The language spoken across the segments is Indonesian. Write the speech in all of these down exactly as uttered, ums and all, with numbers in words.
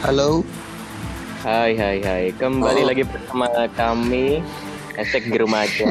Halo. Hai hai hai, kembali Oh. lagi bersama kami Hashtag di rumah aja.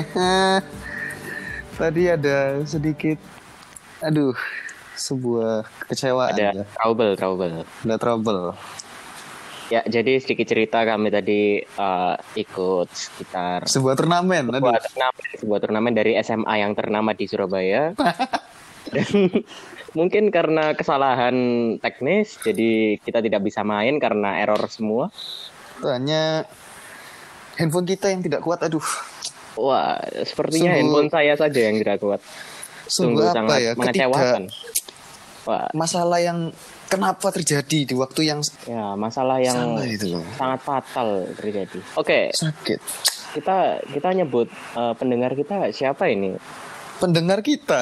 Tadi ada sedikit, aduh, sebuah kekecewaan Ada ya. trouble trouble. Ada trouble. Ya jadi sedikit cerita, kami tadi uh, ikut sekitar Sebuah turnamen, aduh. sebuah turnamen, sebuah turnamen dari S M A yang ternama di Surabaya. Dan mungkin karena kesalahan teknis, jadi kita tidak bisa main karena error semua. Itu hanya handphone kita yang tidak kuat, aduh. Wah, sepertinya Sungguh- handphone saya saja yang tidak kuat. Sungguh Sungguh apa sangat ya, mengecewakan. Wah, Masalah yang kenapa terjadi di waktu yang ya masalah yang salah itu loh. sangat fatal terjadi. Oke, Sakit. kita kita nyebut uh, pendengar kita siapa ini? Pendengar kita.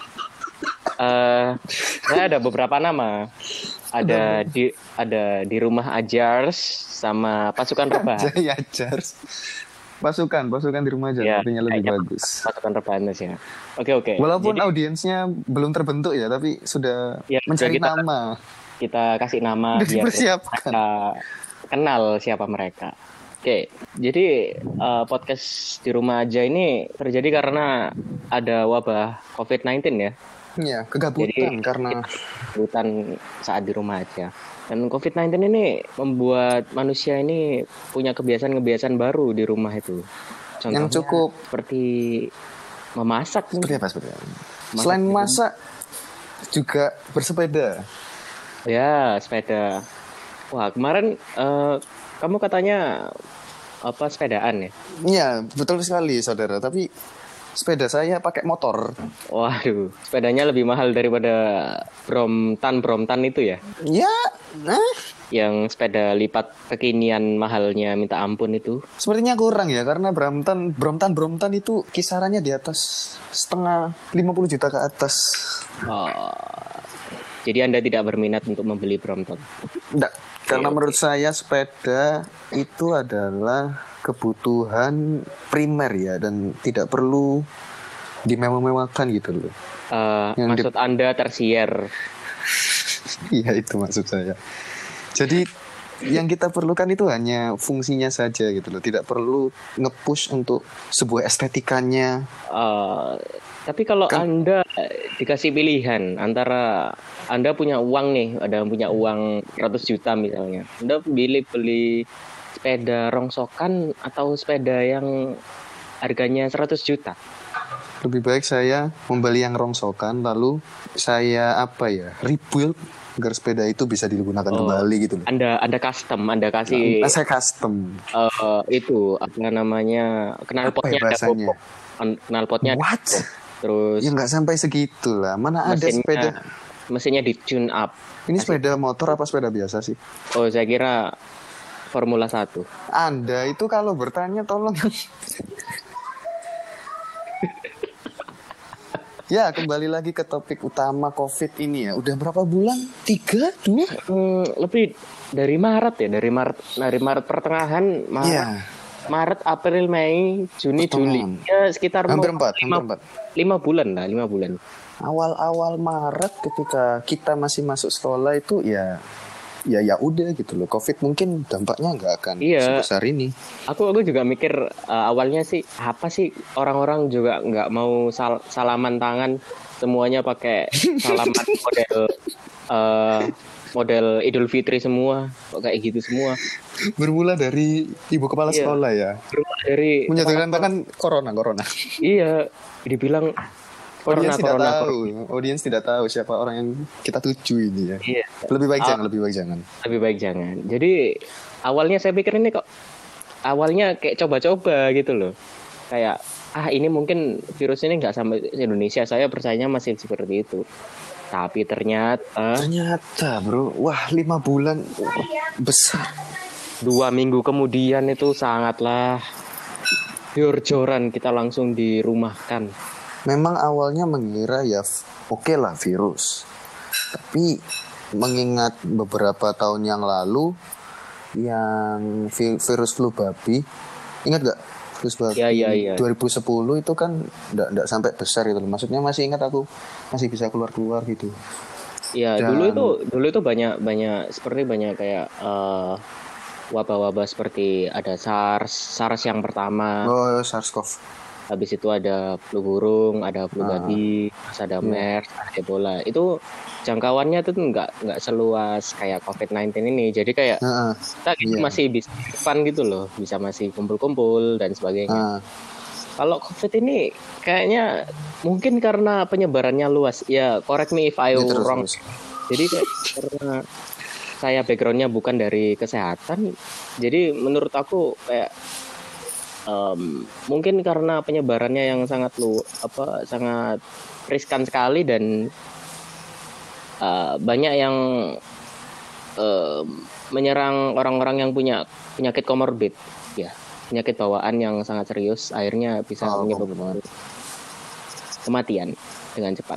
Eh, saya ada beberapa nama. Ada di ada di rumah Ajars sama pasukan rebahan. Jaya Jars. Pasukan, pasukan di rumah aja, Ya, artinya lebih kayaknya bagus. Pasukan rebahan ya. Oke oke. Walaupun Jadi audiensnya belum terbentuk ya, tapi sudah Ya, mencari kita- nama. kita kasih nama Udah biar dipersiapkan. mereka kenal siapa mereka. Oke, jadi uh, podcast di rumah aja ini terjadi karena ada wabah covid sembilan belas ya. Iya, kegabutan Jadi, karena Hutan saat di rumah aja. Dan covid sembilan belas ini membuat manusia ini punya kebiasaan-kebiasaan baru di rumah itu. Contohnya yang cukup seperti memasak. seperti apa seperti apa? Masak Selain gitu. masak juga bersepeda. Ya, sepeda. Wah, kemarin eh, kamu katanya apa sepedaan ya? Iya, betul sekali saudara. Tapi sepeda saya pakai motor. Waduh, sepedanya lebih mahal daripada Brompton Brompton itu ya? Ya, nah, Yang sepeda lipat kekinian mahalnya minta ampun itu. sepertinya kurang ya karena Brompton, Brompton, Brompton itu kisarannya di atas setengah lima puluh juta ke atas. Oh, jadi Anda tidak berminat untuk membeli Brompton? Enggak, karena Oke, menurut saya sepeda itu adalah kebutuhan primer ya dan tidak perlu dimewah-mewahkan gitu loh. Eh, Yang maksud Anda tersier? Iya itu maksud saya. Jadi yang kita perlukan itu hanya fungsinya saja gitu loh. Tidak perlu nge-push untuk sebuah estetikanya. Eh, tapi kalau Kan- Anda dikasih pilihan antara Anda punya uang nih, ada punya uang seratus juta misalnya, Anda pilih beli sepeda rongsokan atau sepeda yang harganya seratus juta? Lebih baik saya membeli yang rongsokan lalu saya apa ya rebuild agar sepeda itu bisa digunakan Oh. kembali gitu loh. Anda Anda custom, Anda kasih Nah, saya custom. eh, itu apa namanya knalpotnya Apa ya ada bahasanya? bobok. An- knalpotnya ada What? bobok. Terus Ya nggak sampai segitu lah. Mana ada mesinnya sepeda. mesinnya di tune up. Ini sepeda motor apa sepeda biasa sih? Oh, saya kira Formula satu. Anda itu kalau bertanya tolong. Ya, kembali lagi ke topik utama COVID ini ya. Udah berapa bulan? Tiga? Dua? Hmm, lebih dari Maret ya, dari Maret dari Maret pertengahan, Maret, Iya. Maret, April, Mei, Juni, Juli. Pertengahan. Ya sekitar Hampir mau- empat, lima, hampir empat. lima bulan lah, lima bulan. Awal-awal Maret ketika kita masih masuk sekolah itu ya ya ya udah gitu loh. COVID mungkin dampaknya nggak akan Iya. sebesar ini. Aku aku juga mikir uh, awalnya sih apa sih orang-orang juga nggak mau sal- salaman tangan, semuanya pakai salaman model uh, model Idul Fitri semua, kok kayak gitu semua. Bermula dari ibu kepala Iya. sekolah ya. Bermula dari Menyatakan tangan corona, corona. iya, dibilang corona Audiens tidak corona. tahu, audiens tidak tahu siapa orang yang kita tuju ini ya. Iya. Lebih baik Ah. jangan, lebih baik jangan. Lebih baik jangan. Jadi awalnya saya pikir ini kok awalnya kayak coba-coba gitu loh. Kayak ah ini mungkin virus ini nggak sampai Indonesia. Saya percayanya masih seperti itu. Tapi ternyata Ternyata bro, wah lima bulan besar. dua minggu kemudian itu sangatlah jor-joran kita langsung dirumahkan. Memang awalnya mengira ya f- oke lah virus. Tapi mengingat beberapa tahun yang lalu yang vi- virus flu babi, ingat gak? Virus babi Ya, ya, ya. dua ribu sepuluh itu kan enggak enggak sampai besar gitu loh. Maksudnya masih ingat aku masih bisa keluar-keluar gitu. Ya Dan dulu itu dulu itu banyak banyak seperti banyak kayak uh, wabah-wabah seperti ada SARS, SARS yang pertama. oh, SARS-CoV. Habis itu ada flu burung, ada flu Ah, babi, terus ada iya. MERS, ada Ebola. Itu jangkauannya tuh nggak nggak seluas kayak covid sembilan belas ini. Jadi kayak Heeh. kita gitu Iya. masih bisa fun gitu loh, bisa masih kumpul-kumpul dan sebagainya. Ah, Kalau COVID ini kayaknya mungkin karena penyebarannya luas. Ya, correct me if I ya terus wrong. terus. Jadi kayak karena saya backgroundnya bukan dari kesehatan, jadi menurut aku kayak um, mungkin karena penyebarannya yang sangat lu apa sangat riskan sekali dan uh, banyak yang um, menyerang orang-orang yang punya penyakit komorbid, ya penyakit bawaan yang sangat serius, akhirnya bisa Oh, menyebabkan komplit. kematian dengan cepat.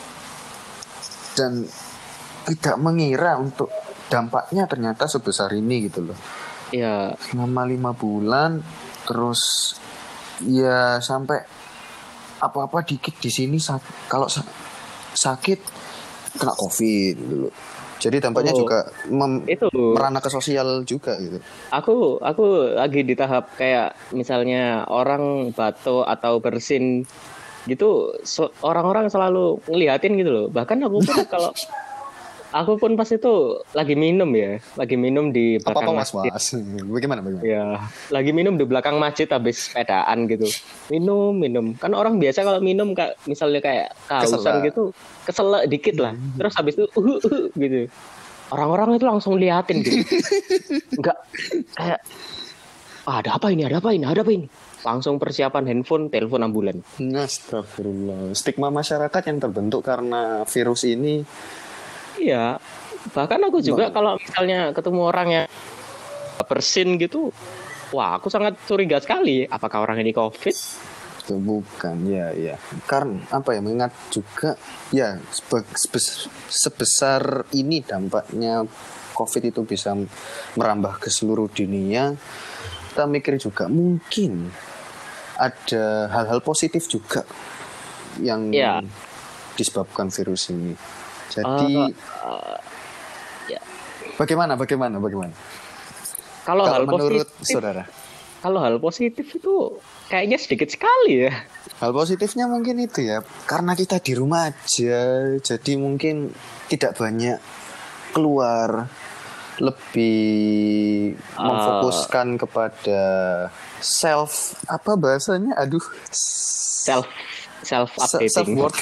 Dan tidak mengira untuk dampaknya ternyata sebesar ini gitu loh. Ya, Selama lima bulan terus ya sampai apa-apa dikit di sini sak- kalau sa- sakit kena COVID gitu loh. Jadi dampaknya Oh, juga mem- itu merana ke sosial juga gitu. aku aku lagi di tahap kayak misalnya orang batuk atau bersin gitu, so- orang-orang selalu ngeliatin gitu loh. Bahkan aku pun kalau aku pun pas itu lagi minum ya, lagi minum di Apa apa belakang mas masjid. mas? Bagaimana bagaimana? Ya, lagi minum di belakang masjid habis sepedaan gitu. Minum, minum. Kan orang biasa kalau minum kayak misalnya kayak kehausan Keselak. gitu, keselak dikit lah. Terus habis itu uh, uh, gitu. Orang-orang itu langsung liatin gitu. Enggak kayak ah, ada apa ini? Ada apa ini? Ada apa ini? Langsung persiapan handphone, telepon ambulan. Astagfirullah. Stigma masyarakat yang terbentuk karena virus ini. Iya. Bahkan aku juga Bang. kalau misalnya ketemu orang yang bersin gitu, wah aku sangat curiga sekali. Apakah orang ini COVID? Itu bukan, ya ya. Karena apa ya? Mengingat juga ya sebe- sebe- sebesar ini dampaknya COVID itu bisa merambah ke seluruh dunia. Kita mikir juga mungkin ada hal-hal positif juga yang Ya. disebabkan virus ini. Jadi Uh, ya. bagaimana bagaimana bagaimana? Kalau hal Kalau menurut positif, saudara? kalau hal positif itu kayaknya sedikit sekali ya. Hal positifnya mungkin itu ya, karena kita di rumah aja, jadi mungkin tidak banyak keluar, lebih Uh, memfokuskan kepada self apa bahasanya? Aduh, self self self updating. worth.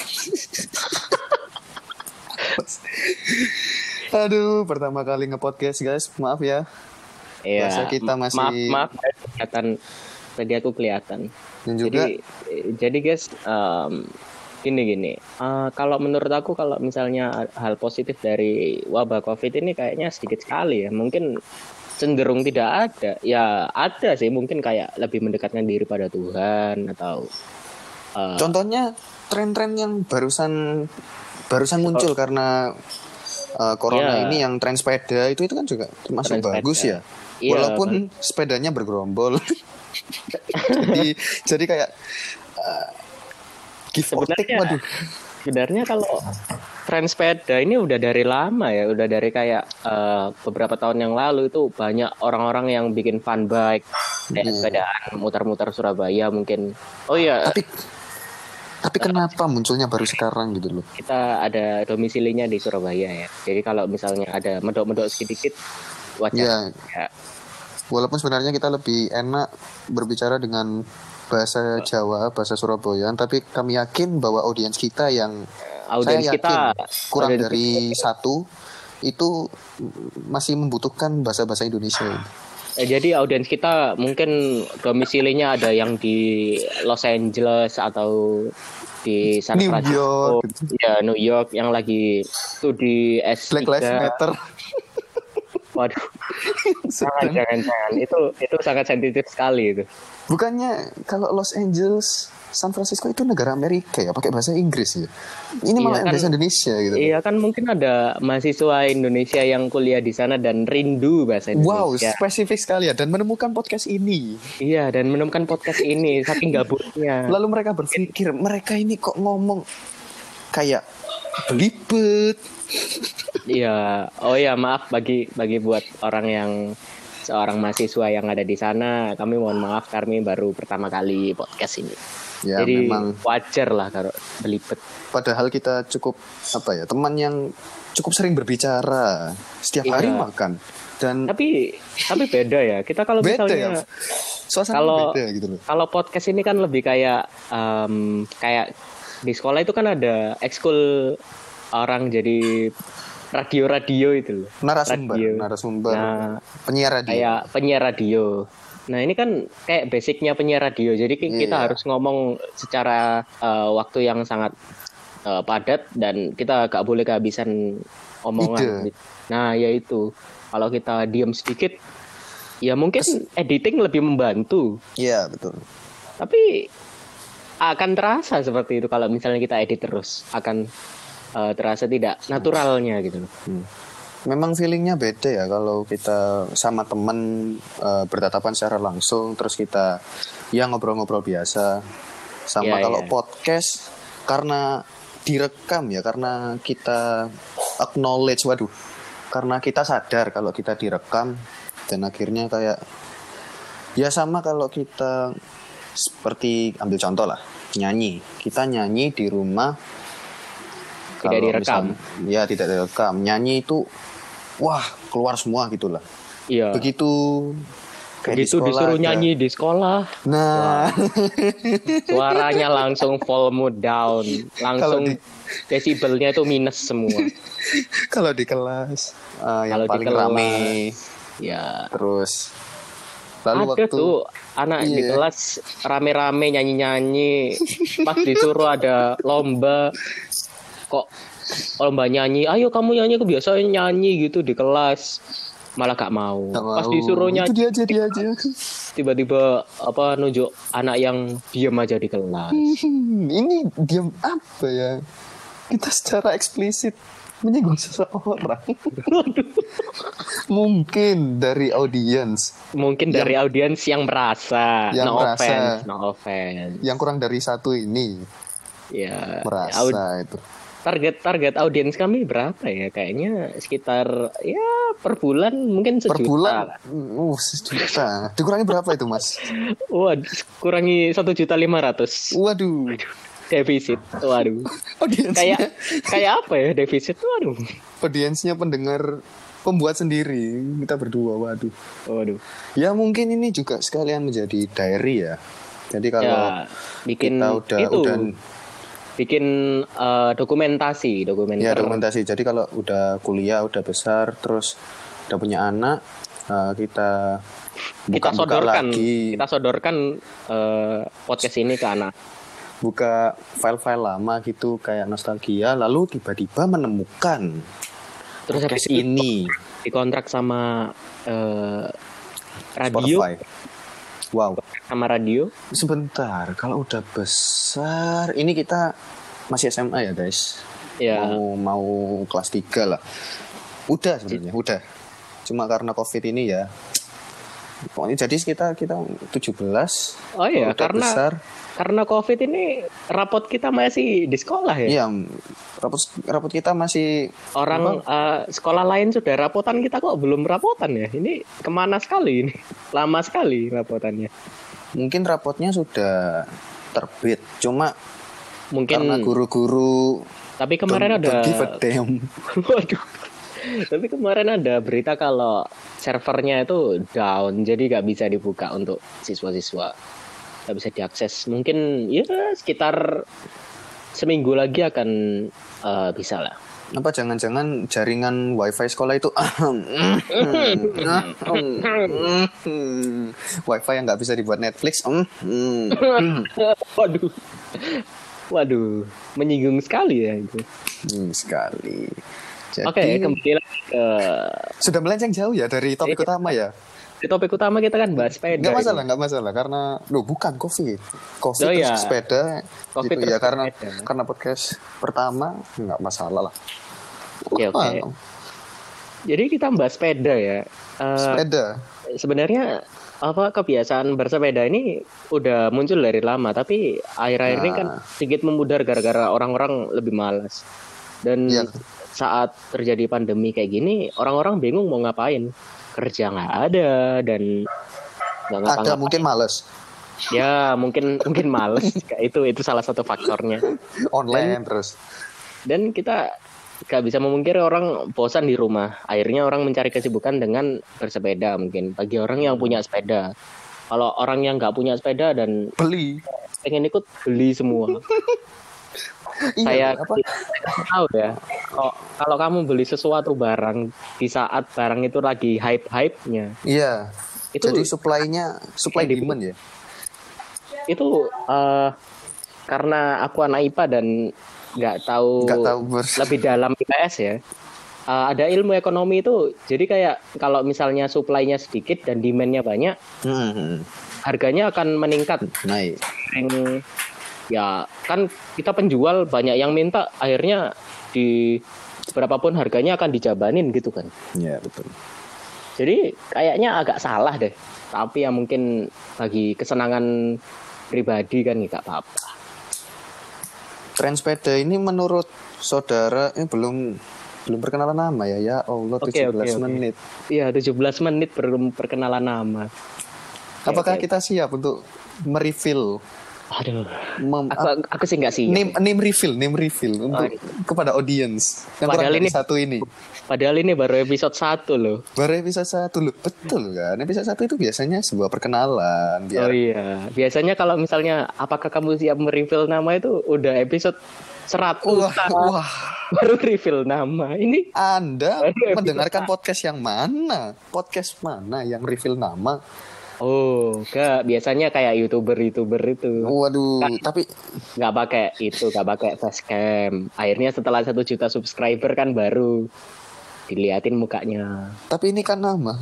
Aduh, pertama kali nge-podcast guys, maaf ya. Iya. Bahasa kita masih Maaf, maaf kelihatan tadi aku kelihatan. dan juga Jadi jadi guys, um, gini gini. Uh, kalau menurut aku kalau misalnya hal positif dari wabah COVID ini kayaknya sedikit sekali ya. Mungkin cenderung tidak ada. Ya ada sih, mungkin kayak lebih mendekatkan diri pada Tuhan atau uh, contohnya tren-tren yang barusan barusan muncul karena uh, corona ya, ini yang tren sepeda itu itu kan juga termasuk tren sepeda. bagus ya. Iya, Walaupun sepedanya bergerombol. jadi jadi kayak uh, give or take, sebenarnya waduh. sebenarnya kalau tren sepeda ini udah dari lama ya, udah dari kayak uh, beberapa tahun yang lalu itu banyak orang-orang yang bikin fun bike kayak Hmm. sepedaan muter-muter Surabaya mungkin. Oh iya, Tapi tapi kenapa munculnya baru sekarang gitu loh? kita ada domisilinya di Surabaya ya. Jadi kalau misalnya ada medok-medok sedikit wajar. Ya, Ya. walaupun sebenarnya kita lebih enak berbicara dengan bahasa Jawa, bahasa Surabaya, tapi kami yakin bahwa audiens kita yang Audiens saya yakin kita kurang audiens dari satu itu masih membutuhkan bahasa-bahasa Indonesia. Eh, jadi audiens kita mungkin domisilinya ada yang di Los Angeles atau di San New Francisco, York. ya New York yang lagi studi S tiga. Black Lives Matter. Waduh, jangan jangan jangan itu itu sangat sensitif sekali itu. Bukannya kalau Los Angeles, San Francisco itu negara Amerika ya, pakai bahasa Inggris ya. Ini malah Iya kan, bahasa Indonesia gitu. iya kan mungkin ada mahasiswa Indonesia yang kuliah di sana dan rindu bahasa Wow, Indonesia. spesifik sekali ya, dan menemukan podcast ini. Iya, dan menemukan podcast ini saking gabutnya. Lalu mereka berpikir, mereka ini kok ngomong kayak belibet, Iya, oh ya maaf bagi bagi buat orang yang seorang mahasiswa yang ada di sana, kami mohon maaf kami baru pertama kali podcast ini. Ya Jadi memang wajar lah kalau belibet. padahal kita cukup apa ya, teman yang cukup sering berbicara, setiap Iya. hari makan dan Tapi tapi beda ya. Kita kalau beda misalnya ya. Suasana kalau beda gitu loh. kalau podcast ini kan lebih kayak em, kayak di sekolah itu kan ada ekskul orang jadi radio-radio itu loh. Narasumber, Radio. narasumber Nah, penyiar radio. kayak penyiar radio. Nah ini kan kayak basicnya penyiar radio. Jadi ki- kita Iya. harus ngomong secara eh, waktu yang sangat eh, padat dan kita gak boleh kehabisan omongan. Ide. Nah ya itu. Kalau kita diam sedikit, ya mungkin editing lebih membantu. Iya, betul. Tapi akan terasa seperti itu kalau misalnya kita edit terus. Akan eh, terasa tidak naturalnya gitu loh. Hmm. Memang feelingnya beda ya kalau kita sama teman eh, bertatapan secara langsung, terus kita ya ngobrol-ngobrol biasa. Sama Iya, kalau iya. podcast karena direkam ya, karena kita acknowledge, waduh, karena kita sadar kalau kita direkam dan akhirnya kayak ya sama kalau kita seperti ambil contoh lah, nyanyi. Kita nyanyi di rumah Tidak kalau direkam. misal- ya tidak direkam. Nyanyi itu wah keluar semua gitulah. Iya. Begitu kayak di Begitu sekolah disuruh aja. nyanyi di sekolah, Nah, suaranya langsung volume down, langsung Kalau di- desibelnya itu minus semua. kalau di kelas eh, yang Kalau di paling kelas, rame ya terus lalu ada waktu tuh anak di Iya. kelas rame-rame nyanyi-nyanyi, pas disuruh ada lomba, kok lomba nyanyi, ayo kamu nyanyi, kebiasaan nyanyi gitu di kelas, malah gak mau. nggak Pas mau. disuruh Itu nyanyi, dia aja dia aja. tiba-tiba apa nunjuk anak yang diam aja di kelas. Hmm, ini diam apa ya? Kita secara eksplisit menyinggung seseorang. Mungkin dari audiens Mungkin dari audiens yang merasa, Yang no merasa. offense, no offense. yang kurang dari satu ini Ya, merasa aud- itu. target target audiens kami berapa ya? Kayaknya sekitar ya per bulan mungkin sejuta. Per bulan, lah. uh, sejuta. Dikurangi berapa itu, Mas? Wah, kurangi satu juta lima ratus Waduh. defisit. Waduh. Audiensnya, Kayak kayak apa ya defisit? Waduh. audiensnya pendengar pembuat sendiri kita berdua. Waduh. Waduh. Ya mungkin ini juga sekalian menjadi diary ya. Jadi kalau Ya, bikin kita udah itu, udah bikin eh, dokumentasi, dokumenter. ya dokumentasi. Jadi kalau udah kuliah, udah besar, terus udah punya anak, eh, kita kita buka-buka sodorkan, lagi, kita sodorkan eh, podcast ini ke anak. buka file-file lama gitu kayak nostalgia, lalu tiba-tiba menemukan Terus habis podcast itu ini dikontrak sama eh, radio, Spotify. Wow. sama radio. Sebentar, kalau udah besar, ini kita masih S M A ya guys. Ya. Mau mau kelas tiga lah. Udah sebenarnya, udah. Cuma karena Covid ini ya. Pokoknya jadi kita kita tujuh belas. Oh iya, udah karena besar. karena COVID ini rapot kita masih di sekolah ya. Iya, rapot rapot kita masih Orang eh, sekolah lain sudah rapotan, kita kok belum rapotan ya? Ini kemana sekali ini? Lama sekali rapotannya. mungkin rapotnya sudah terbit. Cuma Mungkin. karena guru-guru Tapi kemarin don't- ada. don't give a damn. Waduh. Tapi kemarin ada berita kalau servernya itu down, jadi nggak bisa dibuka untuk siswa-siswa, nggak bisa diakses. Mungkin ya sekitar seminggu lagi akan eh, bisa lah. Apa jangan-jangan jaringan wifi sekolah itu wifi yang nggak bisa dibuat Netflix. Waduh, waduh, menyinggung sekali ya itu. Hmm, sekali. Jadi, Oke, kembali lagi ke sudah melenceng jauh ya dari topik Iya. utama ya. di topik utama, kita kan bahas sepeda. Nggak ini. masalah, nggak masalah karena lo bukan COVID. COVID Oh, terus iya. sepeda COVID gitu terus ya karena sepeda. karena podcast pertama nggak masalah lah. Oke, oke. Apa? Jadi kita bahas sepeda ya. Eh, Sepeda. sebenarnya apa kebiasaan bersepeda ini udah muncul dari lama, tapi akhir-akhir ini kan Nah. sedikit memudar gara-gara orang-orang lebih malas. Dan Iya. saat terjadi pandemi kayak gini, orang-orang bingung mau ngapain. Kerja nggak ada dan nggak ngapa-ngapain. Ada mungkin males. Ya mungkin mungkin males. itu itu salah satu faktornya. Online dan, terus. Dan kita nggak bisa memungkiri orang bosan di rumah. Akhirnya orang mencari kesibukan dengan bersepeda mungkin. Bagi orang yang punya sepeda. Kalau orang yang nggak punya sepeda dan beli, pengen ikut beli semua. Iya, saya apa? tahu ya. Kalau kalau kamu beli sesuatu barang di saat barang itu lagi hype-hype-nya. Iya. Itu jadi supply-nya supply demand ya. Itu uh, karena aku anak I P A dan nggak tahu, nggak tahu bers- lebih dalam I P S ya. Uh, ada ilmu ekonomi itu. Jadi kayak kalau misalnya supply-nya sedikit dan demand-nya banyak, hmm. harganya akan meningkat. Naik. Yang ya kan kita penjual banyak yang minta, akhirnya di berapapun harganya akan dijabanin gitu kan. Iya betul. Jadi kayaknya agak salah deh. Tapi ya mungkin bagi kesenangan pribadi kan nggak apa-apa. Tren sepeda ini menurut saudara ini belum belum perkenalan nama ya. Ya Allah, okay, tujuh belas okay, okay. menit. Iya, tujuh belas menit belum perkenalan nama. Apakah okay. kita siap untuk merefill? Aduh, Mem- aku, aku sih nggak siap. Name, name refill, name refill untuk oh, kepada audience yang padahal ini satu ini. Padahal ini baru episode satu loh. Baru episode satu loh, betul kan? Episode satu itu biasanya sebuah perkenalan. Biar... Oh iya, biasanya kalau misalnya apakah kamu siap merefill nama itu udah episode seratus. Wah, wah. Baru refill nama. Ini Anda mendengarkan podcast yang mana? Podcast mana yang refill nama? Oh, enggak. Biasanya kayak youtuber-youtuber itu. Waduh, kan, tapi nggak pakai itu, nggak pakai facecam. Akhirnya setelah satu juta subscriber kan baru diliatin mukanya. Tapi ini kan nama.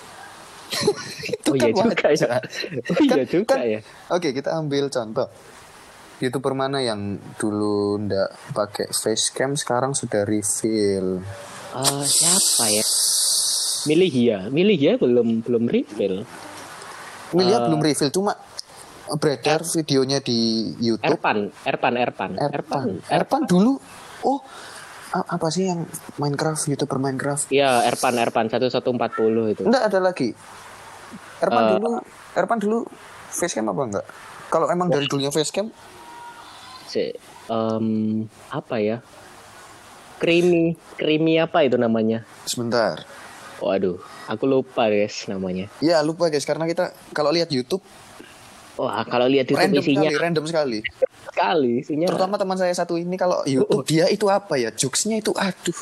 Itu oh kan iya juga ya. Oh iya juga kan, ya. Oke, kita ambil contoh. YouTuber mana yang dulu ndak pakai facecam sekarang sudah refill? Uh, siapa ya? Milihia, Milihia belum belum refill. Milihia uh, belum refill, cuma beredar er, videonya di YouTube. Erpan, Erpan, Erpan, Erpan, Erpan, Erpan dulu. Oh, apa sih yang Minecraft, YouTuber Minecraft? Iya, Erpan, Erpan seribu seratus empat puluh itu. Enggak ada lagi. Erpan uh, dulu, Erpan dulu facecam apa enggak? Kalau emang dari dulunya facecam? Si, um, apa ya? Creamy, creamy apa itu namanya? Sebentar. Waduh, aku lupa guys namanya. Ya lupa guys, karena kita kalau lihat YouTube. Wah, kalau lihat YouTube random isinya sekali, random sekali. Sekali isinya. Terutama teman saya satu ini kalau YouTube, oh, dia itu apa ya? Jokesnya itu aduh.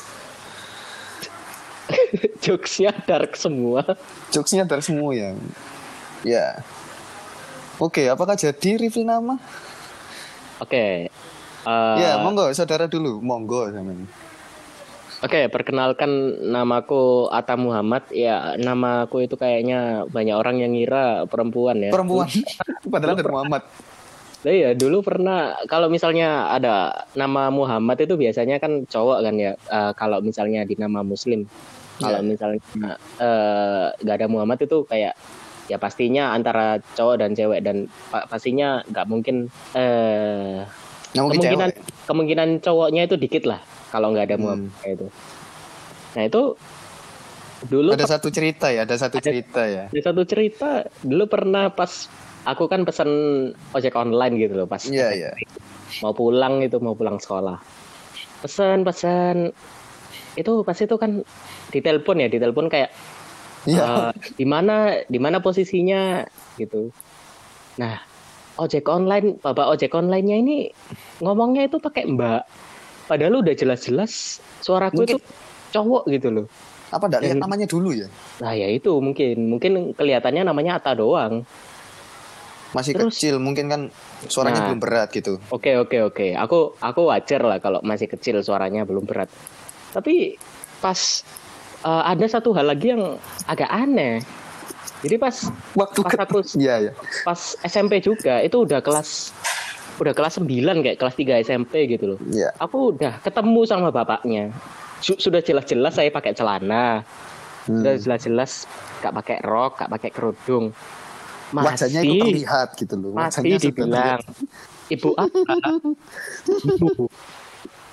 Jokesnya dark semua. Jokesnya dark semua ya. Ya. Oke, apakah jadi reveal nama? Oke. Uh, ya, monggo saudara dulu, monggo sampean. Oke, perkenalkan namaku Atta Muhammad. Ya, namaku itu kayaknya banyak orang yang ngira perempuan ya. Perempuan. Padahal dari Muhammad. Nah, iya, dulu pernah kalau misalnya ada nama Muhammad itu biasanya kan cowok kan ya. Uh, kalau misalnya di nama Muslim. Kalau yeah. misalnya nggak uh, ada Muhammad itu kayak ya pastinya antara cowok dan cewek dan pa- pastinya nggak mungkin. Uh, mungkin kemungkinan cewek. kemungkinan cowoknya itu dikit lah. Kalau nggak ada Muhammad hmm. itu, nah itu dulu ada satu cerita ya, ada satu ada, cerita ya. Ada satu cerita dulu pernah pas aku kan pesan ojek online gitu loh pas yeah, yeah. mau pulang itu mau pulang sekolah, pesan pesan itu pas itu kan ditelepon ya ditelepon kayak yeah. uh, di mana di mana posisinya gitu. Nah ojek online, bapak ojek online-nya ini ngomongnya itu pakai mbak. Padahal udah jelas-jelas suaraku mungkin, itu cowok gitu loh. Apa enggak lihat namanya dulu ya? Nah ya itu mungkin. Mungkin kelihatannya namanya Atta doang. Masih Terus, kecil mungkin kan suaranya nah, belum berat gitu. Oke oke oke. Aku aku wajar lah kalau masih kecil suaranya belum berat. Tapi pas uh, ada satu hal lagi yang agak aneh. Jadi pas waktu pas ke- aku ya, ya. pas S M P juga itu udah kelas udah kelas sembilan kayak kelas tiga S M P gitu loh. Yeah. Aku udah ketemu sama bapaknya. Sudah jelas-jelas saya pakai celana. Hmm. Sudah jelas-jelas gak pakai rok, gak pakai kerudung. Masih, wajahnya itu terlihat gitu loh. Masih dibilang, ibu apa? Ibu.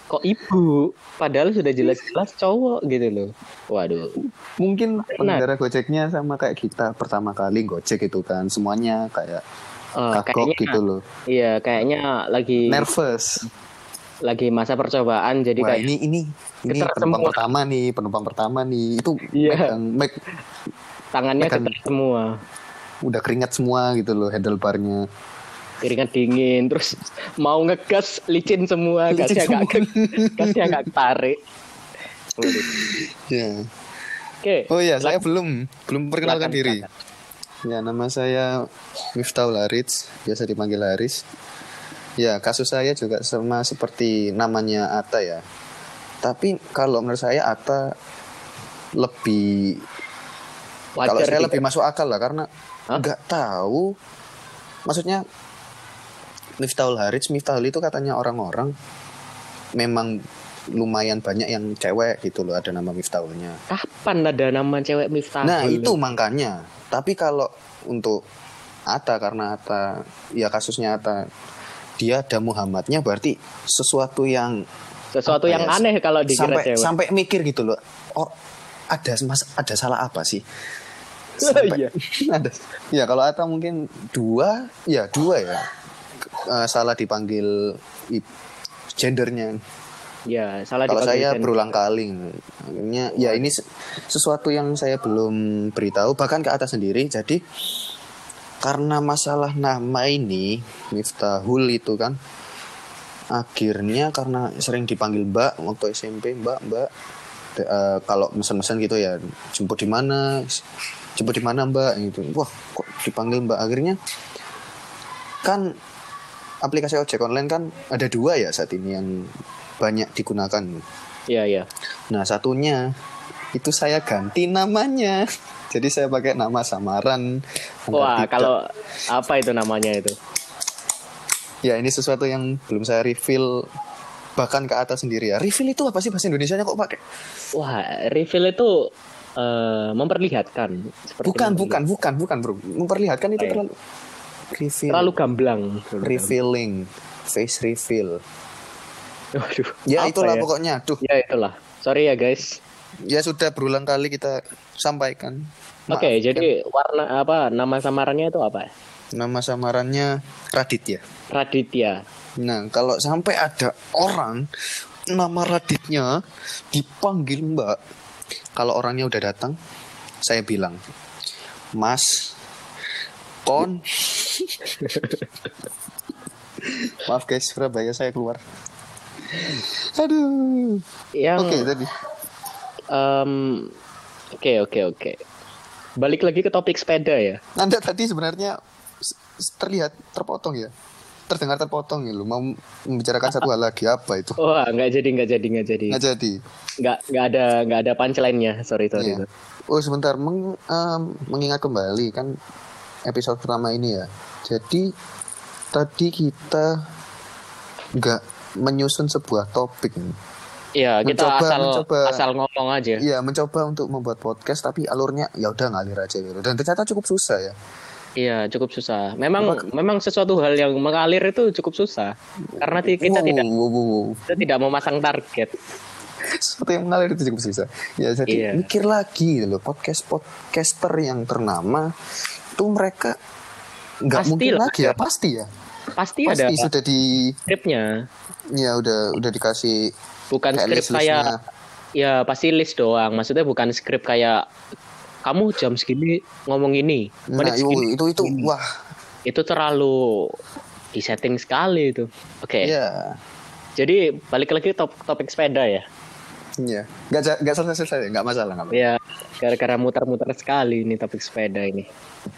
kok ibu? Padahal sudah jelas-jelas cowok gitu loh. Waduh. Mungkin pengendara Gojeknya sama kayak kita pertama kali Gojek itu kan semuanya kayak Uh, kagok kayaknya, gitu loh. Iya, kayaknya lagi nervous. Lagi masa percobaan jadi Wah, kayak ini ini ini penumpang semua. pertama nih, penumpang pertama nih. Itu iya. megang meg, tangannya megang, semua. Udah keringat semua gitu loh handlebarnya. Keringat dingin terus mau ngegas licin semua, licin gasnya enggak gasnya enggak tarik. Ya. Oke. Oh ya, saya belum belum perkenalkan diri. Silakan. Ya, nama saya Miftahul Harits, biasa dipanggil Haris. Ya, kasus saya juga sama seperti namanya Atta ya. Tapi kalau menurut saya Atta lebih Wajar kalau saya juga. Lebih masuk akal lah karena nggak tahu. Maksudnya Miftahul Harits, Miftahul itu katanya orang-orang memang lumayan banyak yang cewek gitu loh, ada nama Miftahulnya. Kapan ada nama cewek Miftahul? Nah, itu makanya. Tapi kalau untuk Atta, karena Atta ya kasusnya Atta dia ada Muhammadnya, berarti sesuatu yang sesuatu yang ya, aneh kalau dikira sampai, cewek. Sampai mikir gitu loh. Oh, ada mas ada salah apa sih? Sampai, ada. Ya kalau Atta mungkin dua, ya dua ya. Uh, salah dipanggil gendernya. Ya, salah kalau saya gender. Berulang kali. Akhirnya ya ini sesuatu yang saya belum beritahu bahkan ke Atta sendiri. Jadi karena masalah nama ini Miftahul itu kan, akhirnya karena sering dipanggil Mbak waktu S M P, Mbak, Mbak. De, uh, kalau mesen-mesen gitu ya, jemput di mana? Jemput di mana, Mbak? Gitu. Wah, kok dipanggil Mbak? Akhirnya kan aplikasi ojek online kan ada dua ya saat ini yang banyak digunakan. Iya, iya. Nah, satunya itu saya ganti namanya. Jadi saya pakai nama samaran. Wah, kalau apa itu namanya itu? Ya, ini sesuatu yang belum saya reveal bahkan ke atas sendiri ya. Reveal itu apa sih bahasa Indonesianya kok pakai? Wah, reveal itu uh, memperlihatkan. Bukan, bukan, bukan, bukan, Bro. Memperlihatkan itu terlalu reveal. Terlalu gamblang. Revealing, face reveal. Waduh, ya itulah ya? pokoknya. Duh. Ya itulah. Sorry ya guys. Ya sudah berulang kali kita sampaikan. Oke, okay, jadi warna apa nama samarannya itu apa? Nama samarannya Raditya. Raditya. Nah, kalau sampai ada orang nama Raditnya dipanggil Mbak, kalau orangnya udah datang, saya bilang, Mas, kon. Maaf guys, Surabaya saya keluar. Aduh. Yang Oke okay, tadi. Um, Oke oke oke. Balik lagi ke topik sepeda ya. Anda tadi sebenarnya terlihat terpotong ya. Terdengar terpotong ya. Lu mau membicarakan satu hal lagi apa itu? Wah, oh, nggak jadi nggak jadi nggak jadi. Nggak jadi. Nggak nggak ada nggak ada punchline-nya. Sorry sorry. Iya. Oh sebentar, Meng, um, mengingat kembali kan episode pertama ini ya. Jadi tadi kita nggak menyusun sebuah topik. Iya, kita mencoba, asal mencoba, asal ngomong aja. Iya, mencoba untuk membuat podcast tapi alurnya ya udah ngalir aja gitu. Dan ternyata cukup susah ya. Iya, cukup susah. Memang Apa? memang sesuatu hal yang mengalir itu cukup susah. Karena kita wow, tidak wow, wow. kita tidak memasang target. Sesuatu yang mengalir itu cukup susah. Ya, jadi iya. mikir lagi gitu loh, podcast-podcaster yang ternama itu mereka nggak mungkin lah, lagi ya, pasti ya. Pasti, pasti ada sudah di skripnya. Ya udah udah dikasih bukan skrip kayak ya pasti list doang. Maksudnya bukan skrip kayak kamu jam segini ngomong ini. Nah, segini, itu itu ini. Wah, itu terlalu disetting sekali itu. Oke. Okay. Yeah. Jadi balik lagi top, topik sepeda ya. Iya. Yeah. Enggak enggak selesai-selesai, enggak masalah, enggak apa-apa. Ya, gara-gara muter-muter sekali ini topik sepeda ini.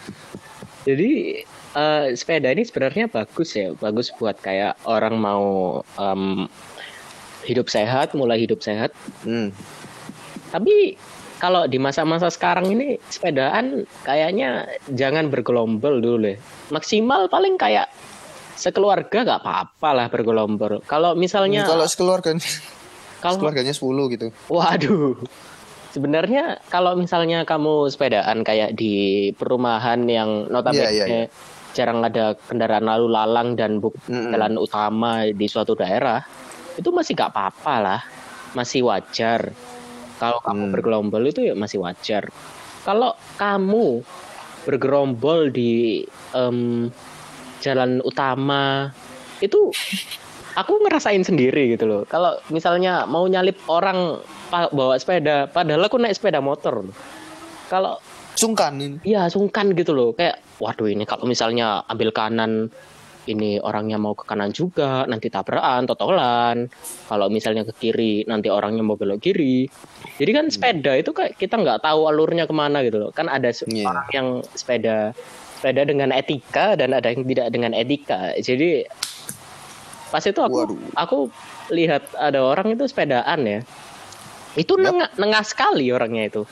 Jadi uh, sepeda ini sebenarnya bagus ya, bagus buat kayak orang mau um, hidup sehat, mulai hidup sehat. Hmm. Tapi kalau di masa-masa sekarang ini sepedaan kayaknya jangan bergelombol dulu deh. Maksimal paling kayak sekeluarga nggak apa-apa lah bergelombol. Kalau misalnya hmm, kalau sekeluarganya, kalau sekeluarganya sepuluh gitu. Waduh. Sebenarnya kalau misalnya kamu sepedaan kayak di perumahan yang notabene yeah, yeah, yeah. jarang ada kendaraan lalu lalang dan bukan mm-hmm. jalan utama di suatu daerah, itu masih gak apa-apa lah, masih wajar. Kalau kamu Hmm. bergerombol itu ya masih wajar. Kalau kamu bergerombol di em, jalan utama itu aku ngerasain sendiri gitu loh. Kalau misalnya mau nyalip orang pa- bawa sepeda, padahal aku naik sepeda motor loh. Kalau Sungkan. iya sungkan gitu loh, kayak waduh ini kalau misalnya ambil kanan ini orangnya mau ke kanan juga, nanti tabrakan, totolan. Kalau misalnya ke kiri, nanti orangnya mau belok kiri. Jadi kan sepeda itu kayak kita nggak tahu alurnya kemana gitu loh. Kan ada se- Iya. orang yang sepeda sepeda dengan etika dan ada yang tidak dengan etika. Jadi pas itu aku Waduh. aku lihat ada orang itu sepedaan ya. Itu Yap. nengah, nengah sekali orangnya itu.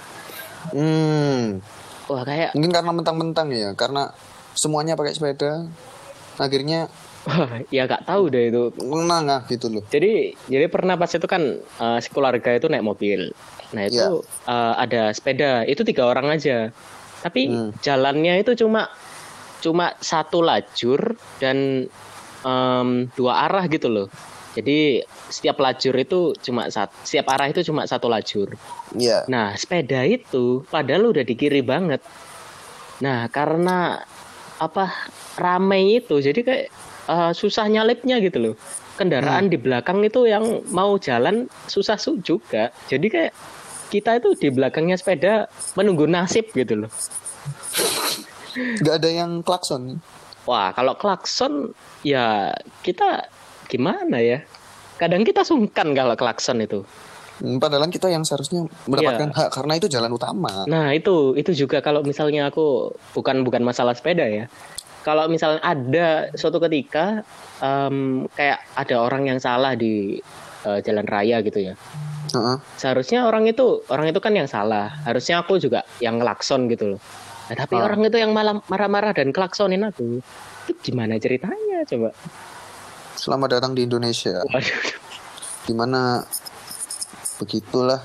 Hmm. Wah kayak Mungkin karena mentang-mentang ya, karena semuanya pakai sepeda, akhirnya wah, ya nggak tahu deh itu. menengah gitu loh. Jadi jadi pernah pas itu kan uh, sekeluarga itu naik mobil. Nah itu Ya. uh, ada sepeda, itu tiga orang aja. Tapi Hmm. jalannya itu cuma cuma satu lajur dan em, dua arah gitu loh. Jadi setiap lajur itu cuma satu, setiap arah itu cuma satu lajur. Iya. Nah sepeda itu padahal udah di kiri banget. Nah karena apa ramai itu, jadi kayak uh, susah nyalipnya gitu loh. Kendaraan di belakang itu yang mau jalan susah su- juga. Jadi kayak kita itu di belakangnya sepeda menunggu nasib gitu loh. Nggak ada yang klakson. Wah, kalau klakson ya kita gimana ya? Kadang kita sungkan kalau klakson itu. Hmm, Padahal kita yang seharusnya mendapatkan hak karena itu jalan utama. Nah, itu itu juga kalau misalnya aku bukan bukan masalah sepeda ya. Kalau misalnya ada suatu ketika em, kayak ada orang yang salah di eh, jalan raya gitu ya. Heeh. Seharusnya orang itu orang itu kan yang salah. Harusnya aku juga yang klakson gitu loh. Nah, tapi Ah. orang itu yang malah marah-marah dan klaksonin aku. Itu gimana ceritanya coba? Selamat datang di Indonesia. Waduh. Dimana begitulah.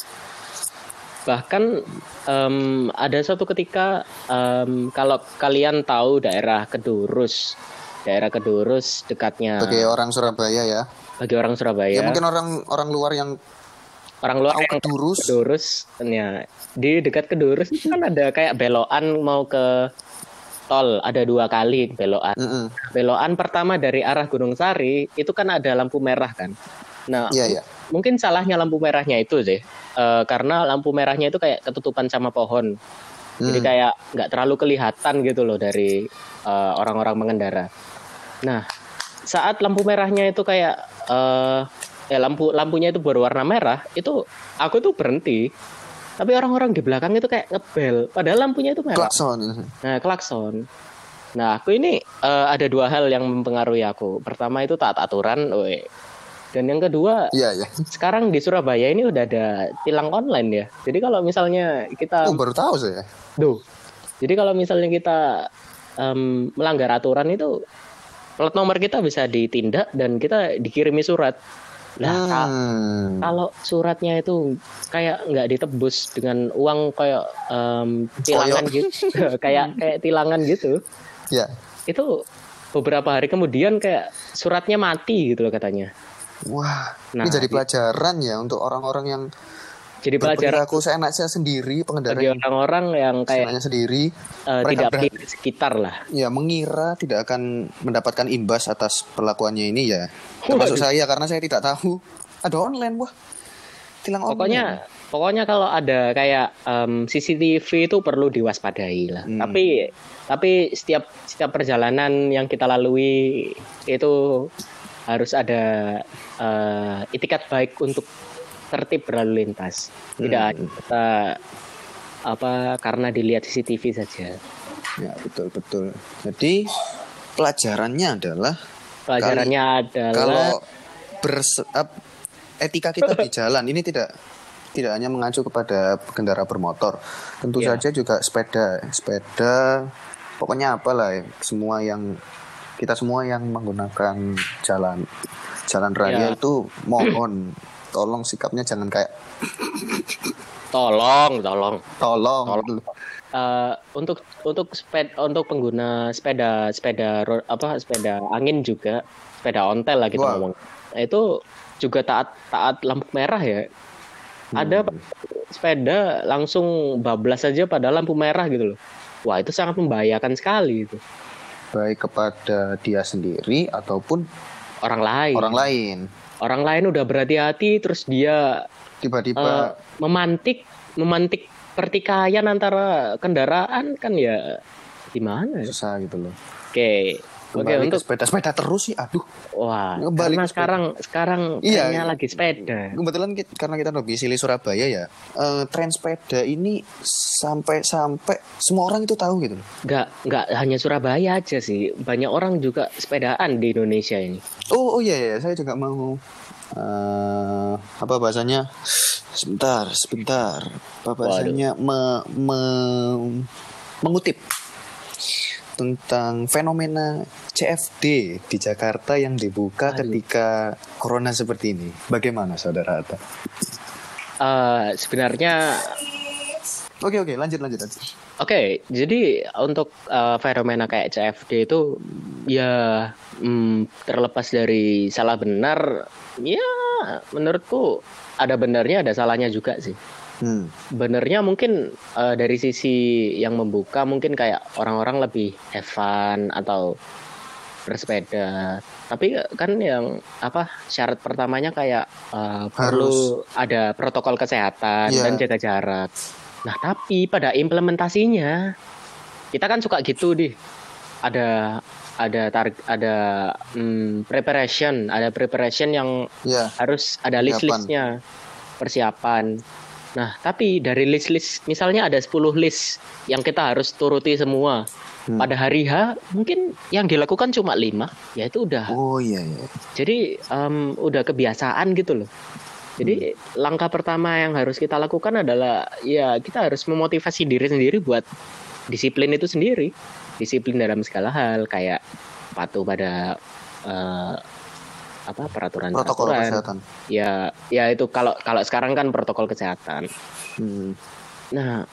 Bahkan em, ada suatu ketika em, kalau kalian tahu daerah Kedurus, daerah Kedurus dekatnya Bagi orang Surabaya ya. bagi orang Surabaya, Ya mungkin orang orang luar yang orang luar tahu yang Kedurus. Kedurus, ya di dekat Kedurus itu kan ada kayak belokan mau ke tol, ada dua kali belokan. Mm-mm. Belokan pertama dari arah Gunung Sari itu kan ada lampu merah kan. Nah, Iya, iya. mungkin salahnya lampu merahnya itu sih. Eh, karena lampu merahnya itu kayak ketutupan sama pohon. Jadi Hmm. kayak nggak terlalu kelihatan gitu loh dari eh, orang-orang mengendara. Nah, saat lampu merahnya itu kayak eh ya lampu lampunya itu berwarna merah, itu aku tuh berhenti. Tapi orang-orang di belakang itu kayak ngebel, padahal lampunya itu merah. Klakson. Nah, klakson. Nah, aku ini eh, ada dua hal yang mempengaruhi aku. Pertama itu taat aturan, woi. Dan yang kedua, Iya, iya. sekarang di Surabaya ini udah ada tilang online ya. Jadi kalau misalnya kita, Oh, baru tahu saya. duh. Jadi kalau misalnya kita em, melanggar aturan itu, plat nomor kita bisa ditindak dan kita dikirimi surat. Nah, ka- Hmm. kalau suratnya itu kayak nggak ditebus dengan uang kayak em, tilangan gitu, kayak kayak tilangan gitu, Ya. itu beberapa hari kemudian kayak suratnya mati gitu loh katanya. Wah, Nah, ini jadi di- pelajaran ya untuk orang-orang yang Jadi pelajaran berperilaku seenaknya sendiri, pengendara bagi yang orang-orang yang kayak seenaknya sendiri, eh, mereka tidak ber- di sekitar lah. ya mengira tidak akan mendapatkan imbas atas perlakuannya ini ya. Termasuk Waduh. saya karena saya tidak tahu ada online, wah. Tilang online. Pokoknya pokoknya kalau ada kayak em, C C T V itu perlu diwaspadai lah. Hmm. Tapi tapi setiap setiap perjalanan yang kita lalui itu harus ada eh, itikat baik untuk tertib berlalu lintas. Tidak Hmm. hanya kita apa karena dilihat C C T V saja. Ya, betul betul. Jadi pelajarannya adalah Pelajarannya adalah kalau berse- ap- etika kita di jalan ini tidak tidak hanya mengacu kepada pengendara bermotor, tentu Iya. saja juga sepeda, sepeda, pokoknya apalah ya, semua yang kita semua yang menggunakan jalan jalan raya Iya. itu mohon tolong sikapnya jangan kayak tolong tolong tolong, Tolong. gitu. Eh, untuk untuk sepeda untuk pengguna sepeda sepeda ro- apa sepeda angin juga sepeda ontel lah kita Wah. ngomong. Nah, itu juga taat taat lampu merah ya. Hmm. Ada sepeda langsung bablas saja pada lampu merah gitu loh. Wah, itu sangat membahayakan sekali itu. Baik kepada dia sendiri ataupun Orang lain. orang lain. Orang lain udah berhati-hati terus dia Tiba-tiba eh, memantik memantik pertikaian antara kendaraan kan ya gimana ya? susah gitu loh. Oke. Oke, Kembali ke untuk sepeda-sepeda terus sih, aduh. wah, Kembali karena ke sepeda. sekarang sekarang Iya. trennya lagi sepeda. Kebetulan kita, karena kita domisili Surabaya ya, eh, tren sepeda ini sampai-sampai semua orang itu tahu gitu loh. Nggak nggak hanya Surabaya aja sih, banyak orang juga sepedaan di Indonesia ini. Oh, oh iya ya, saya juga mau eh apa bahasanya? Sebentar, sebentar. Apa bahasanya? Me, me- mengutip tentang fenomena C F D di Jakarta yang dibuka Aduh. ketika corona seperti ini. Bagaimana saudara Atta? Eh, sebenarnya Oke oke lanjut lanjut lanjut. Oke, jadi untuk uh, fenomena kayak C F D itu ya mm, terlepas dari salah benar, ya menurutku ada benarnya ada salahnya juga sih. Hmm. Benernya mungkin uh, dari sisi yang membuka mungkin kayak orang-orang lebih have fun atau bersepeda. Tapi kan yang apa syarat pertamanya kayak uh, perlu ada protokol kesehatan Iya. dan jaga jarak. Nah, tapi pada implementasinya kita kan suka gitu di ada ada tar- ada mm, preparation, ada preparation yang Ya. harus ada list-listnya, persiapan. Nah, tapi dari list-list misalnya ada sepuluh list yang kita harus turuti semua. Hmm. Pada hari H mungkin yang dilakukan cuma lima, ya itu udah. Oh iya iya. Jadi um, udah kebiasaan gitu loh. Jadi hmm. langkah pertama yang harus kita lakukan adalah ya kita harus memotivasi diri sendiri buat disiplin itu sendiri. Disiplin dalam segala hal kayak patuh pada uh, apa peraturan Protokol peraturan. kesehatan. Ya ya itu kalau kalau sekarang kan protokol kesehatan. Hmm. Nah,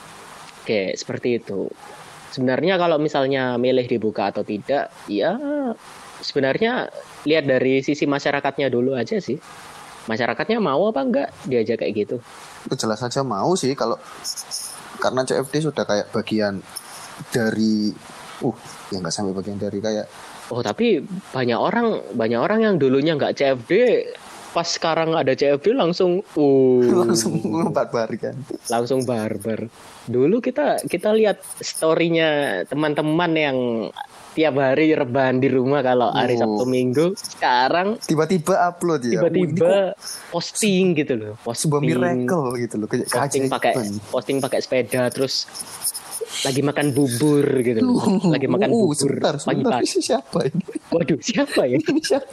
oke seperti itu. Sebenarnya kalau misalnya milih dibuka atau tidak, ya sebenarnya lihat dari sisi masyarakatnya dulu aja sih. Masyarakatnya mau apa enggak diajak kayak gitu? Itu jelas saja mau sih kalau karena C F D sudah kayak bagian dari uh ya nggak sampai bagian dari kayak oh tapi banyak orang banyak orang yang dulunya nggak C F D pas sekarang ada C F D langsung uh langsung lompat bar kan. Langsung barbar. Dulu kita kita lihat story-nya teman-teman yang tiap hari rebahan di rumah kalau hari Oh. Sabtu Minggu. Sekarang Tiba-tiba upload ya. tiba-tiba posting gitu loh. Sebuah Posting, miracle gitu loh. Kayak posting keajaiban. pakai posting pakai sepeda terus lagi makan bubur gitu loh. Lagi makan Uh, bubur sebentar, sebentar. pagi-pagi. Ini siapa ini? Waduh, siapa ya? Ini siapa?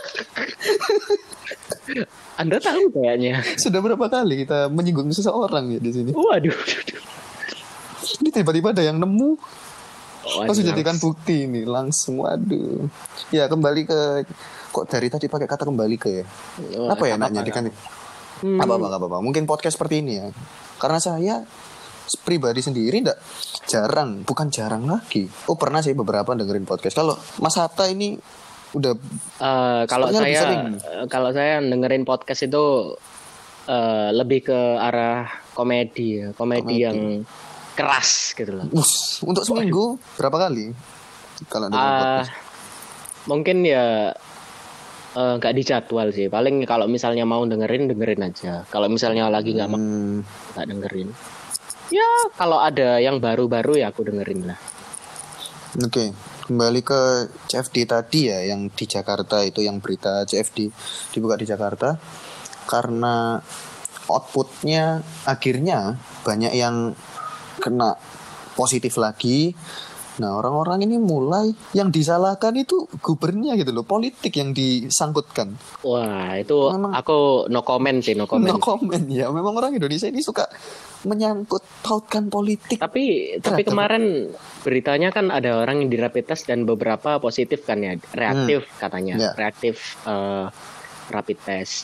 Anda tahu kayaknya. Sudah berapa kali kita menyinggung seseorang ya di sini? Waduh. Ini tiba-tiba ada yang nemu. Oh, Langsung jadikan bukti ini langsung. Waduh. Ya kembali ke kok dari tadi pakai kata kembali ke ya. Apa ya enaknya dikan? Hmm. Apa apa apa. Mungkin podcast seperti ini ya. Karena saya pribadi sendiri enggak jarang, bukan jarang lagi. Oh pernah sih beberapa dengerin podcast. Kalau Mas Hatta ini udah Uh, kalau sepertinya lebih saya sering. uh, kalau saya dengerin podcast itu uh, lebih ke arah komedi ya, komedi, Komedi. yang keras gitu loh. Us, untuk seminggu berapa kali? Kalau dengerin Uh, podcast. mungkin ya uh, nggak dijadwal sih. Paling kalau misalnya mau dengerin dengerin aja. Kalau misalnya lagi nggak mau Hmm, nggak dengerin. Ya kalau ada yang baru-baru ya aku dengerin lah. Oke, kembali ke C F D tadi ya, yang di Jakarta itu yang berita C F D dibuka di Jakarta karena outputnya akhirnya banyak yang kena positif lagi. Nah orang-orang ini mulai yang disalahkan itu gubernurnya gitu loh, politik yang disangkutkan. Wah itu Memang- aku no comment sih no comment. No comment ya, memang orang Indonesia ini suka menyangkut pautkan politik. Tapi tapi Ternyata- kemarin beritanya kan ada orang yang di rapid test dan beberapa positif kan ya, reaktif katanya, Ya. reaktif eh, rapid test.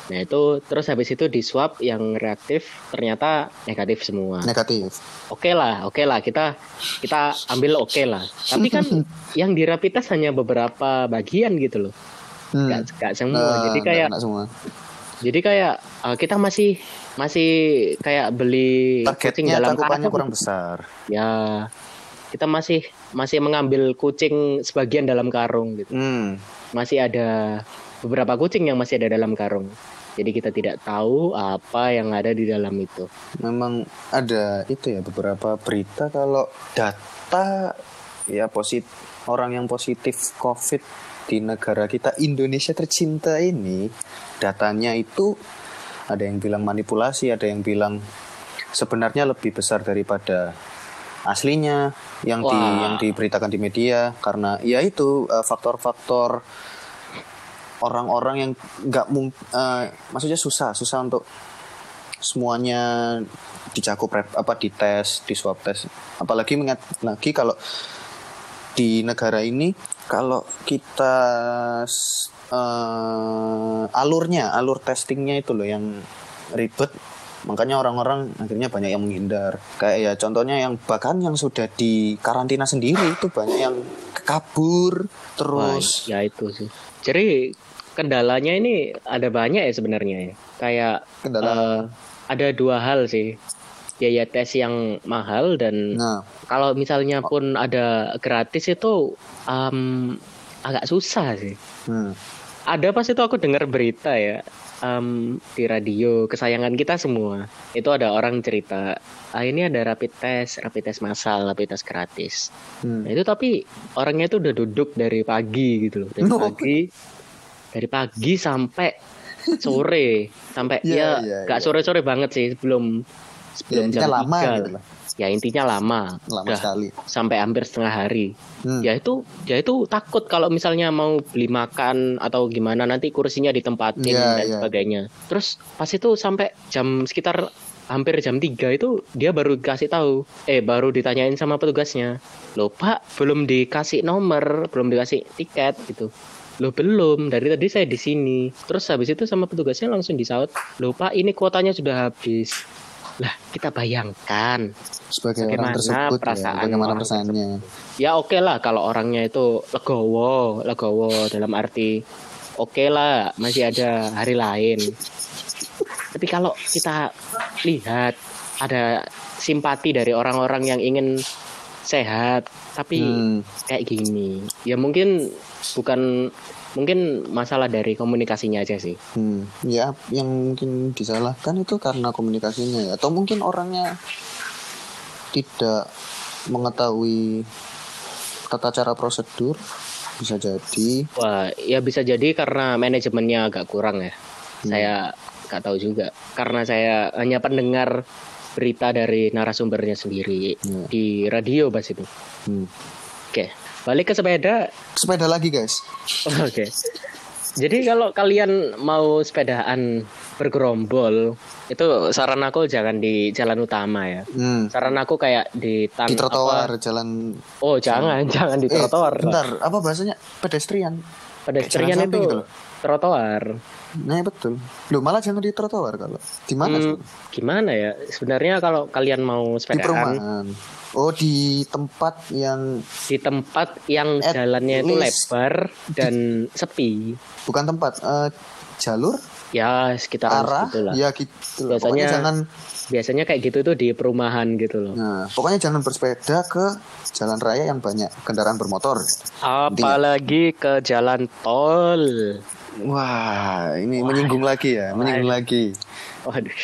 Nah itu terus habis itu di swab yang reaktif ternyata negatif semua. Negatif. Oke lah, oke lah kita kita ambil oke lah. Tapi kan yang di rapid test hanya beberapa bagian gitu loh, Hmm. nggak nggak semua. Nah, Jadi nggak kayak kena semua. jadi kayak uh, kita masih masih kayak beli kucing Targetnya dalam cakupannya karung. kurang besar. Ya kita masih masih mengambil kucing sebagian dalam karung gitu. Hmm. Masih ada beberapa kucing yang masih ada dalam karung. Jadi kita tidak tahu apa yang ada di dalam itu. Memang ada itu ya beberapa berita kalau data ya positif orang yang positif COVID di negara kita Indonesia tercinta ini, datanya itu ada yang bilang manipulasi, ada yang bilang sebenarnya lebih besar daripada aslinya yang di Wah. yang diberitakan di media, karena ya itu eh, faktor-faktor orang-orang yang nggak mung eh, maksudnya susah susah untuk semuanya dicakup rep, apa di tes, di swab tes. Apalagi mengat lagi kalau di negara ini kalau kita eh, alurnya, alur testingnya itu loh yang ribet. Makanya orang-orang akhirnya banyak yang menghindar. Kayak ya contohnya yang bahkan yang sudah di karantina sendiri itu banyak yang kabur terus. Wah, ya itu sih. Jadi kendalanya ini ada banyak ya sebenarnya ya. Kayak Kendala. eh, ada dua hal sih. Biaya tes yang mahal dan Nah, kalau misalnya pun ada gratis itu em, agak susah sih. hmm. Ada pas itu aku dengar berita ya em, di radio kesayangan kita semua. Itu ada orang cerita, ah ini ada rapid test, rapid test massal, rapid test gratis. Hmm. Nah, itu tapi orangnya itu udah duduk dari pagi gitu loh, dari No. pagi, dari pagi sampai sore, sampai Iya, ya iya, nggak iya. sore-sore banget sih sebelum Ya, sebelum intinya jam lama tiga gitu lah. lah. Ya intinya lama, Lama udah sekali. sampai hampir setengah hari. Hmm. Ya itu, ya itu takut kalau misalnya mau beli makan atau gimana nanti kursinya ditempatin Iya, dan iya. sebagainya. Terus pas itu sampai jam sekitar hampir jam tiga itu dia baru dikasih tahu, eh baru ditanyain sama petugasnya, loh Pak belum dikasih nomor, belum dikasih tiket gitu. Loh belum, dari tadi saya di sini. Terus habis itu sama petugasnya langsung disaut, loh Pak ini kuotanya sudah habis. Lah kita bayangkan Sebagai bagaimana orang tersebut ya, perasaan bagaimana orang perasaannya. ya oke lah kalau orangnya itu legowo, legowo dalam arti oke lah masih ada hari lain. Tapi kalau kita lihat ada simpati dari orang-orang yang ingin sehat, tapi Hmm. kayak gini, ya mungkin bukan mungkin masalah dari komunikasinya aja sih. Hmm, ya yang mungkin disalahkan itu karena komunikasinya ya, atau mungkin orangnya tidak mengetahui tata cara prosedur, bisa jadi. Wah, ya bisa jadi karena manajemennya agak kurang ya. Hmm. Saya nggak tahu juga. Karena saya hanya pendengar berita dari narasumbernya sendiri Hmm. di radio pas itu. Hmm. Oke, balik ke sepeda. Sepeda lagi guys. Oke. Jadi kalau kalian mau sepedaan bergerombol, itu saran aku jangan di jalan utama ya. Hmm. Saran aku kayak di tan Di trotoar, apa- jalan. Oh, jangan, jangan di Eh, trotoar. bentar, apa bahasanya? Pedestrian. Pedestrian Jalan samping itu gitu loh. trotoar. Nah, betul. Loh, malah jangan di trotoar kalau. Di mana sih? Hmm, gimana ya? Sebenarnya kalau kalian mau Di sepedaan perumahan. Oh, di tempat yang di tempat yang At jalannya itu least. lebar dan sepi, bukan tempat, eh, jalur, ya sekitaran arah, segitulah. ya gitu. loh. Pokoknya Biasanya jangan. biasanya kayak gitu tuh di perumahan gitu loh. Nah, pokoknya jangan bersepeda ke jalan raya yang banyak kendaraan bermotor. Apalagi ke jalan tol. Wah, ini menyinggung lagi ya, menyinggung lagi. Waduh.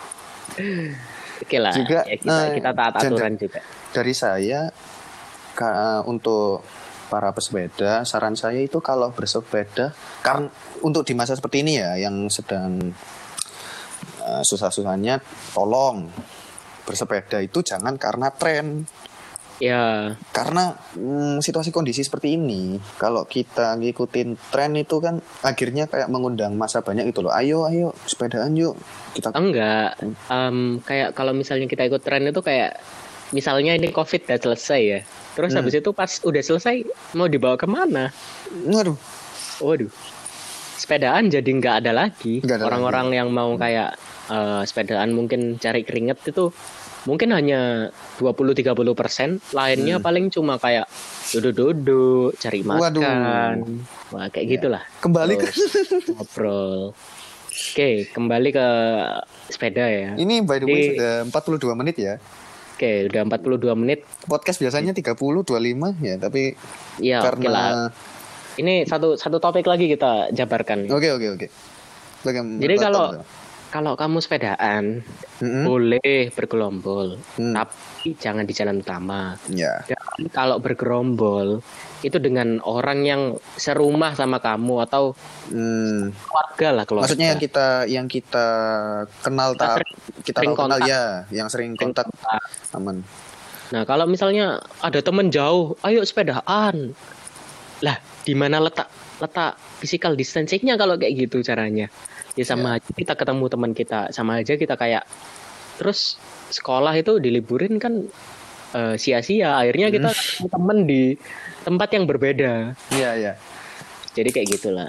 Oke lah, Juga, ya kita, nah, kita taat dan- aturan juga. Dari saya, ka- untuk para pesepeda, saran saya itu kalau bersepeda, karena untuk di masa seperti ini ya, yang sedang uh, susah-susahnya, tolong bersepeda itu jangan karena tren. Ya, Karena mm, situasi kondisi seperti ini, kalau kita ngikutin tren itu kan akhirnya kayak mengundang masa banyak gitu loh. Ayo, ayo, sepedaan yuk. Kita enggak. Em, kayak kalau misalnya kita ikut tren itu kayak misalnya ini COVID udah selesai ya. Terus Hmm. habis itu pas udah selesai mau dibawa kemana? Waduh, Waduh. sepedaan jadi nggak ada lagi. Nggak ada Orang-orang lagi. yang mau kayak uh, sepedaan mungkin cari keringet itu mungkin hanya dua puluh sampai tiga puluh persen, lainnya Hmm. paling cuma kayak duduk-duduk, cari makan. Waduh. Wah, kayak Ya. gitulah. Kembali ke Terus ngobrol. Oke, kembali ke sepeda ya. ini by the way Jadi- sudah empat puluh dua menit ya. Oke, udah empat puluh dua menit. Podcast biasanya tiga puluh dua puluh lima ya, tapi Ya, oke karena lah. Ini satu satu topik lagi kita jabarkan. Oke oke oke. Bagaimana? Jadi kalau kalau kamu sepedaan Mm-mm. boleh bergerombol, Hmm. tapi jangan di jalan utama. Ya. Dan kalau bergerombol itu dengan orang yang serumah sama kamu atau Hmm. keluarga lah keluarga. Maksudnya yang kita yang kita kenal Kita tak sering- kita sering tahu kenal kontak. ya, yang sering Sering kontak kontak. aman. Nah, kalau misalnya ada temen jauh, ayo sepedaan. Lah, di mana letak letak physical distancing-nya kalau kayak gitu caranya? Ya sama aja kita ketemu teman kita, sama aja kita kayak terus sekolah itu diliburin kan eh, sia-sia. Akhirnya kita ketemu temen di tempat yang berbeda. Iya iya. Jadi kayak gitulah.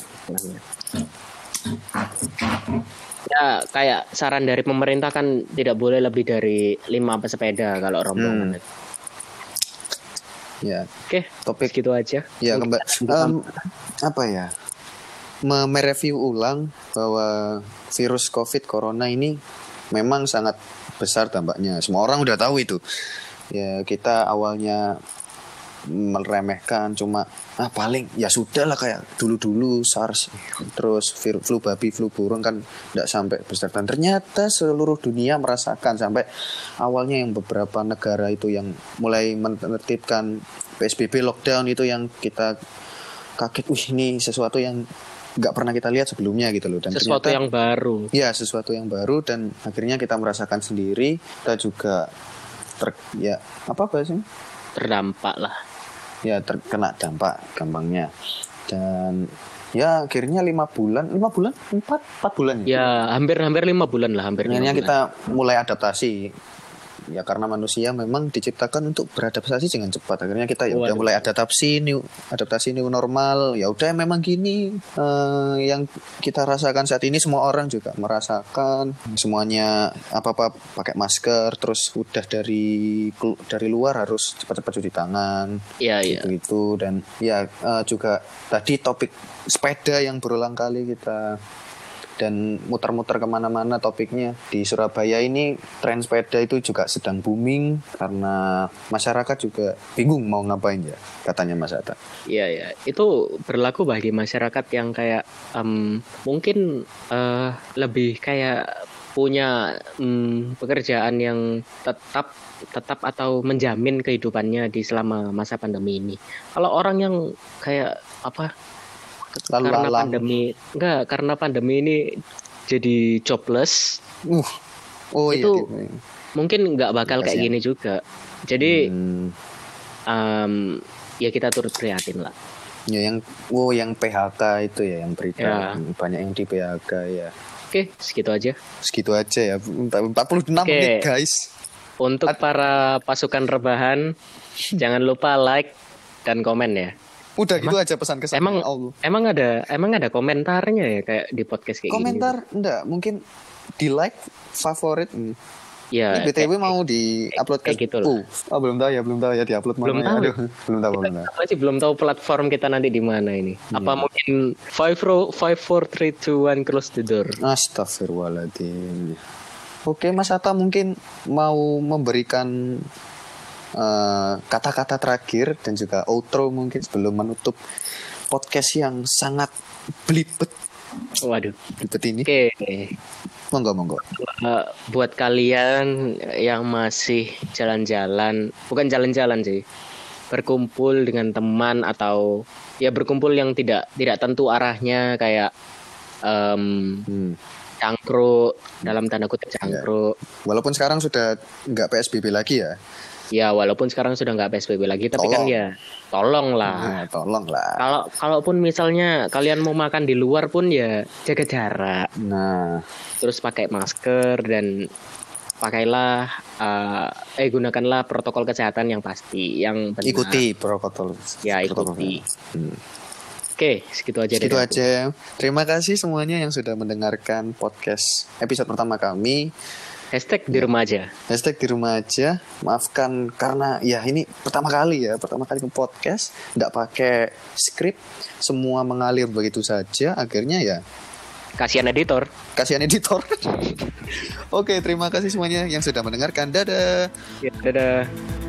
Ya kayak saran dari pemerintah kan tidak boleh lebih dari lima pesepeda kalau rombongan. Hmm. Ya. Oke, Topik gitu aja. ya kembali em, apa ya? Me- mereview ulang bahwa virus COVID corona ini memang sangat besar dampaknya. Semua orang udah tahu itu. Ya kita awalnya meremehkan cuma ah paling ya sudah lah kayak dulu-dulu SARS terus vir- flu babi flu burung kan tidak sampai besar dan ternyata seluruh dunia merasakan sampai awalnya yang beberapa negara itu yang mulai menertibkan P S B B lockdown itu yang kita kaget wih ini sesuatu yang nggak pernah kita lihat sebelumnya gitu loh dan Sesuatu ternyata yang baru. ya sesuatu yang baru dan akhirnya kita merasakan sendiri kita juga ter ya apa bahasanya Terdampak lah. ya terkena dampak gampangnya dan ya akhirnya lima bulan lima bulan empat empat bulan Ya hampir-hampir lima bulan lah, hampir lima akhirnya bulan. kita mulai adaptasi ya karena manusia memang diciptakan untuk beradaptasi dengan cepat akhirnya kita ya udah Waduh. mulai adaptasi new adaptasi new normal ya udah memang gini eh, yang kita rasakan saat ini semua orang juga merasakan semuanya apa apa pakai masker terus udah dari dari luar harus cepat-cepat cuci tangan Iya, iya. gitu dan ya eh, juga tadi topik sepeda yang berulang kali kita dan muter-muter kemana-mana topiknya di Surabaya ini tren sepeda itu juga sedang booming karena masyarakat juga bingung mau ngapain ya katanya Mas Ata. Iya, iya. Itu berlaku bagi masyarakat yang kayak em, mungkin eh, lebih kayak punya em, pekerjaan yang tetap tetap atau menjamin kehidupannya di selama masa pandemi ini. Kalau orang yang kayak apa Lalu karena lalang. pandemi enggak karena pandemi ini jadi jobless Uh, oh Itu- iya. gitu. mungkin nggak bakal kayak Kasihan. gini juga. Jadi Hmm, em, ya kita turut prihatin lah. ya yang oh yang P H K itu ya yang berita Ya. banyak yang di P H K ya. Oke, segitu aja. Segitu aja ya. empat puluh enam Oke. menit guys. Untuk para pasukan rebahan, jangan lupa like dan komen ya. Udah gitu aja pesan kesan. Emang Allah. emang ada emang ada komentarnya ya kayak di podcast kayak Komentar enggak mungkin di like favorit. Hmm. gini. Ya. Ini B T W kayak- mau di-upload ke kayak gitu lah. Uh, oh, belum tahu ya, belum tahu ya di-upload mana Belum ya. tahu. Aduh, belum tahu, belum tahu. Apa sih belum tahu platform kita nanti di mana ini? Apa mungkin five four three two one close the door? Astagfirullahaladzim. Oke, Mas Ata mungkin mau memberikan eh, kata-kata terakhir dan juga outro mungkin sebelum menutup podcast yang sangat belibet, Waduh. belibet ini. Oke. Monggo, monggo. Uh, buat kalian yang masih jalan-jalan, bukan jalan-jalan sih, berkumpul dengan teman atau ya berkumpul yang tidak tidak tentu arahnya kayak em, Hmm. cangkruk dalam tanda kutip cangkruk. Walaupun sekarang sudah nggak P S B B lagi ya. Ya walaupun sekarang sudah nggak P S B B lagi, tapi kan Tolong. ya tolong lah. Nah, tolong lah. Kalau kalaupun misalnya kalian mau makan di luar pun ya jaga jarak, Nah, terus pakai masker dan pakailah uh, eh gunakanlah protokol kesehatan yang pasti, yang benar. ikuti protokol. Ya, protokol. ikuti. Hmm. Oke, segitu aja Segitu dari aku. aja. Terima kasih semuanya yang sudah mendengarkan podcast episode pertama kami. Hashtag di rumah aja. Hashtag di rumah aja. Maafkan karena ya ini pertama kali ya, pertama kali ke podcast, nggak pakai skrip, semua mengalir begitu saja. Akhirnya ya Kasihan editor. kasihan editor. Oke, terima kasih semuanya yang sudah mendengarkan. Dadah. Ya, dadah.